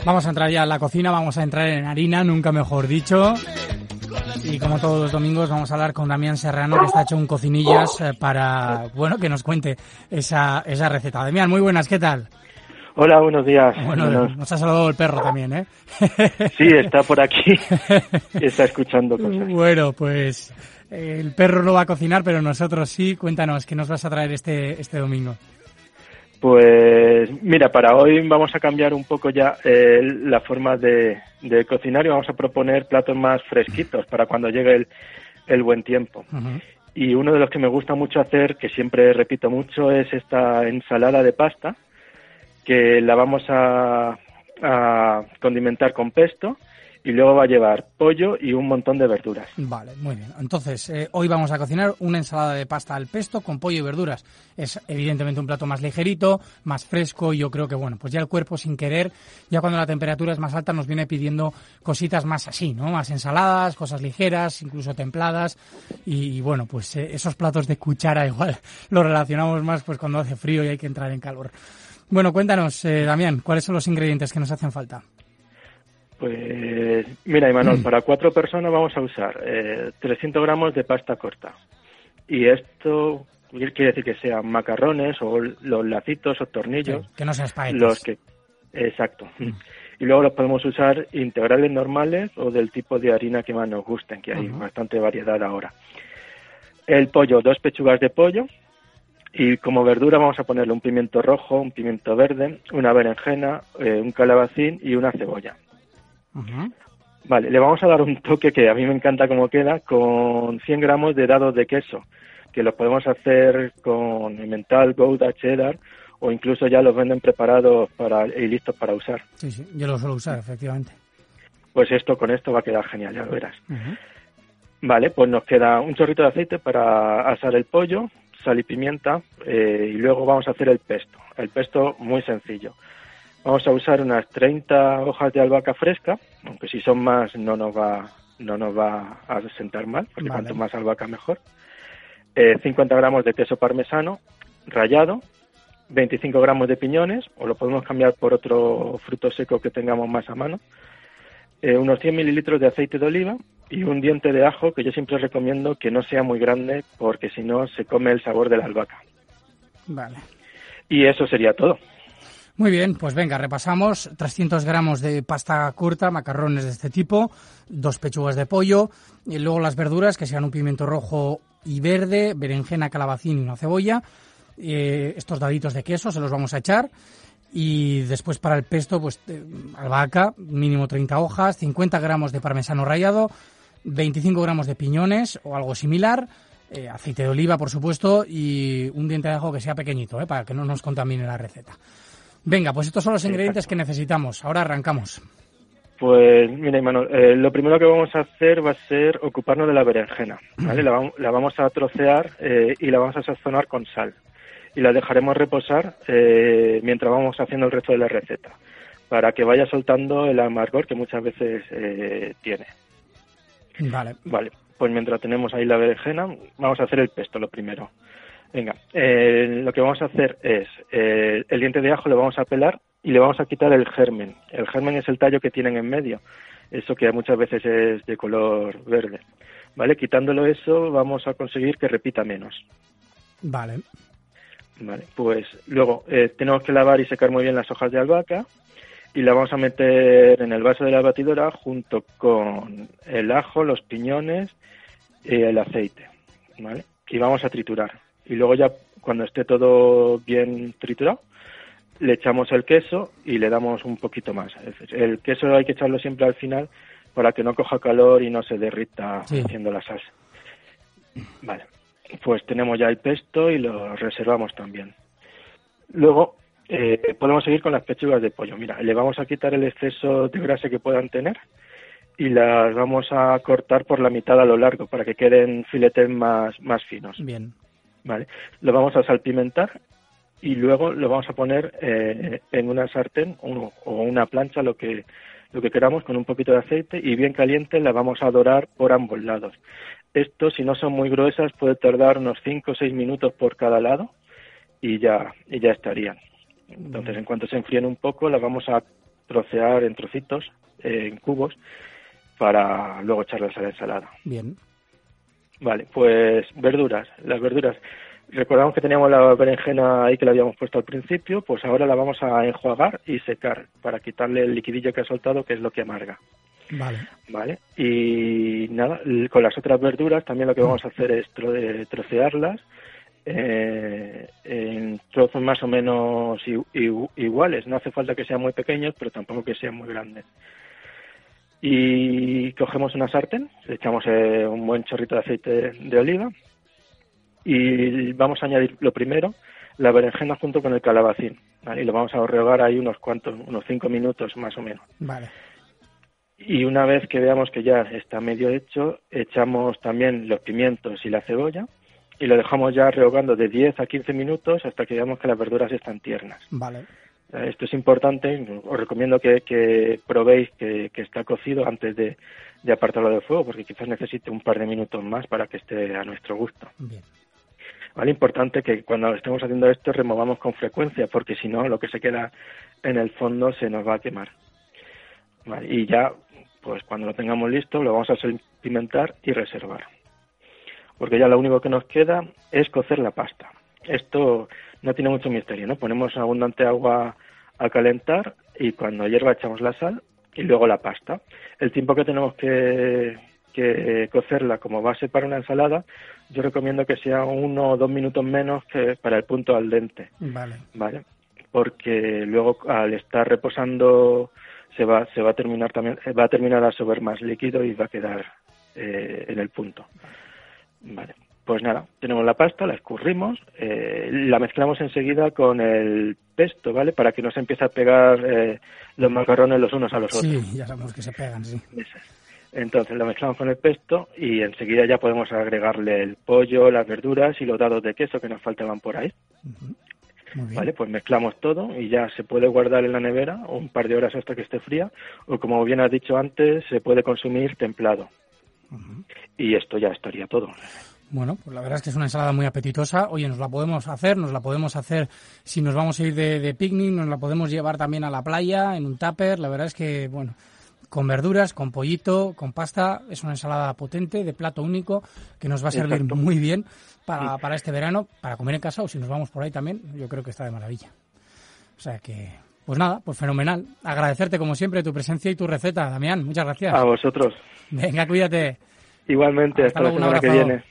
Vamos a entrar ya en la cocina, vamos a entrar en harina, nunca mejor dicho. Y como todos los domingos vamos a hablar con Damián Serrano, que está hecho un cocinillas para, bueno, que nos cuente esa receta. Damián, muy buenas, ¿qué tal? Hola, buenos días. Bueno, nos ha saludado el perro también, ¿eh? Sí, está por aquí, está escuchando cosas. Bueno, pues el perro no va a cocinar, pero nosotros sí. Cuéntanos, ¿qué nos vas a traer este domingo? Pues mira, para hoy vamos a cambiar un poco ya la forma de cocinar y vamos a proponer platos más fresquitos para cuando llegue el buen tiempo. Uh-huh. Y uno de los que me gusta mucho hacer, que siempre repito mucho, es esta ensalada de pasta, que la vamos a condimentar con pesto y luego va a llevar pollo y un montón de verduras. Vale, muy bien. Entonces, hoy vamos a cocinar una ensalada de pasta al pesto con pollo y verduras. Es evidentemente un plato más ligerito, más fresco, y yo creo que, bueno, pues ya el cuerpo sin querer, ya cuando la temperatura es más alta, nos viene pidiendo cositas más así, ¿no? Más ensaladas, cosas ligeras, incluso templadas, y bueno, pues esos platos de cuchara igual los relacionamos más pues cuando hace frío y hay que entrar en calor. Bueno, cuéntanos, Damián, ¿cuáles son los ingredientes que nos hacen falta? Pues mira, Imanol, para 4 personas vamos a usar 300 gramos de pasta corta. Y esto quiere decir que sean macarrones o los lacitos o tornillos. Sí, que no sean espaguetis. Exacto. Y luego los podemos usar integrales normales o del tipo de harina que más nos gusten, que hay bastante variedad ahora. El pollo, 2 pechugas de pollo. Y como verdura vamos a ponerle un pimiento rojo, un pimiento verde, una berenjena, un calabacín y una cebolla. Uh-huh. Vale, le vamos a dar un toque que a mí me encanta cómo queda, con 100 gramos de dados de queso, que los podemos hacer con emmental, gouda, cheddar, o incluso ya los venden preparados y listos para usar. Sí, yo los suelo usar, efectivamente. Pues con esto va a quedar genial, ya lo verás. Uh-huh. Vale, pues nos queda un chorrito de aceite para asar el pollo, sal y pimienta, y luego vamos a hacer el pesto. El pesto muy sencillo. Vamos a usar unas 30 hojas de albahaca fresca, aunque si son más no nos va a sentar mal, porque vale. Cuanto más albahaca mejor. 50 gramos de queso parmesano rallado, 25 gramos de piñones, o lo podemos cambiar por otro fruto seco que tengamos más a mano, unos 100 mililitros de aceite de oliva y un diente de ajo, que yo siempre recomiendo que no sea muy grande, porque si no se come el sabor de la albahaca. Vale. Y eso sería todo. Muy bien, pues venga, repasamos. 300 gramos de pasta curta, macarrones de este tipo, 2 pechugas de pollo, y luego las verduras, que sean un pimiento rojo y verde, berenjena, calabacín y una cebolla. Estos daditos de queso se los vamos a echar. Y después para el pesto, pues albahaca, mínimo 30 hojas, 50 gramos de parmesano rallado, 25 gramos de piñones o algo similar, aceite de oliva, por supuesto, y un diente de ajo que sea pequeñito, para que no nos contamine la receta. Venga, pues estos son los ingredientes que necesitamos. Ahora arrancamos. Pues mira, Imanol, lo primero que vamos a hacer va a ser ocuparnos de la berenjena, ¿vale? La vamos a trocear y la vamos a sazonar con sal. Y la dejaremos reposar mientras vamos haciendo el resto de la receta, para que vaya soltando el amargor que muchas veces tiene. Vale, pues mientras tenemos ahí la berenjena, vamos a hacer el pesto lo primero. Venga, lo que vamos a hacer es, el diente de ajo lo vamos a pelar y le vamos a quitar el germen. El germen es el tallo que tienen en medio, eso que muchas veces es de color verde. ¿Vale? Quitándolo eso vamos a conseguir que repita menos. Vale, pues luego tenemos que lavar y secar muy bien las hojas de albahaca y la vamos a meter en el vaso de la batidora junto con el ajo, los piñones y el aceite, ¿vale? Y vamos a triturar. Y luego ya cuando esté todo bien triturado, le echamos el queso y le damos un poquito más. El queso hay que echarlo siempre al final para que no coja calor y no se derrita haciendo la salsa. Vale, pues tenemos ya el pesto y lo reservamos también. Luego podemos seguir con las pechugas de pollo. Mira, le vamos a quitar el exceso de grasa que puedan tener y las vamos a cortar por la mitad a lo largo para que queden filetes más finos. Bien. Vale, lo vamos a salpimentar y luego lo vamos a poner en una sartén o una plancha, lo que queramos, con un poquito de aceite y bien caliente la vamos a dorar por ambos lados. Esto, si no son muy gruesas, puede tardar unos 5 o 6 minutos por cada lado y ya estarían. Entonces, en cuanto se enfríen un poco, las vamos a trocear en trocitos, en cubos, para luego echarlas a la ensalada. Bien. Vale, pues verduras. Las verduras, recordamos que teníamos la berenjena ahí que la habíamos puesto al principio, pues ahora la vamos a enjuagar y secar para quitarle el liquidillo que ha soltado, que es lo que amarga. Vale. Y nada, con las otras verduras también lo que vamos a hacer es trocearlas en trozos más o menos iguales. No hace falta que sean muy pequeños, pero tampoco que sean muy grandes. Y cogemos una sartén, le echamos un buen chorrito de aceite de oliva y vamos a añadir lo primero la berenjena junto con el calabacín, ¿vale? Y lo vamos a rehogar ahí unos 5 minutos más o menos. Vale. Y una vez que veamos que ya está medio hecho, echamos también los pimientos y la cebolla y lo dejamos ya rehogando de 10 a 15 minutos hasta que veamos que las verduras están tiernas. Vale. Esto es importante, os recomiendo que probéis que está cocido antes de apartarlo del fuego, porque quizás necesite un par de minutos más para que esté a nuestro gusto. Bien. Vale, importante que cuando estemos haciendo esto removamos con frecuencia, porque si no lo que se queda en el fondo se nos va a quemar. Vale, y ya, pues cuando lo tengamos listo, lo vamos a salpimentar y reservar. Porque ya lo único que nos queda es cocer la pasta. Esto no tiene mucho misterio, ¿no? Ponemos abundante agua a calentar y cuando hierva echamos la sal y luego la pasta. El tiempo que tenemos que cocerla como base para una ensalada, yo recomiendo que sea 1 o 2 minutos menos que para el punto al dente. Vale. Porque luego al estar reposando va a terminar a absorber más líquido y va a quedar en el punto. Vale. Pues nada, tenemos la pasta, la escurrimos, la mezclamos enseguida con el pesto, ¿vale? Para que no se empiece a pegar los macarrones los unos a los otros. Sí, ya sabemos que se pegan, sí. Entonces lo mezclamos con el pesto y enseguida ya podemos agregarle el pollo, las verduras y los dados de queso que nos faltaban por ahí. Uh-huh. Muy bien. Vale, pues mezclamos todo y ya se puede guardar en la nevera un par de horas hasta que esté fría o, como bien has dicho antes, se puede consumir templado. Uh-huh. Y esto ya estaría todo. Bueno, pues la verdad es que es una ensalada muy apetitosa. Oye, nos la podemos hacer si nos vamos a ir de picnic, nos la podemos llevar también a la playa en un tupper. La verdad es que, bueno, con verduras, con pollito, con pasta, es una ensalada potente, de plato único, que nos va a servir muy bien para este verano, para comer en casa o si nos vamos por ahí también, yo creo que está de maravilla. O sea que, pues nada, pues fenomenal. Agradecerte como siempre tu presencia y tu receta, Damián. Muchas gracias. A vosotros. Venga, cuídate. Igualmente, hasta la semana que viene.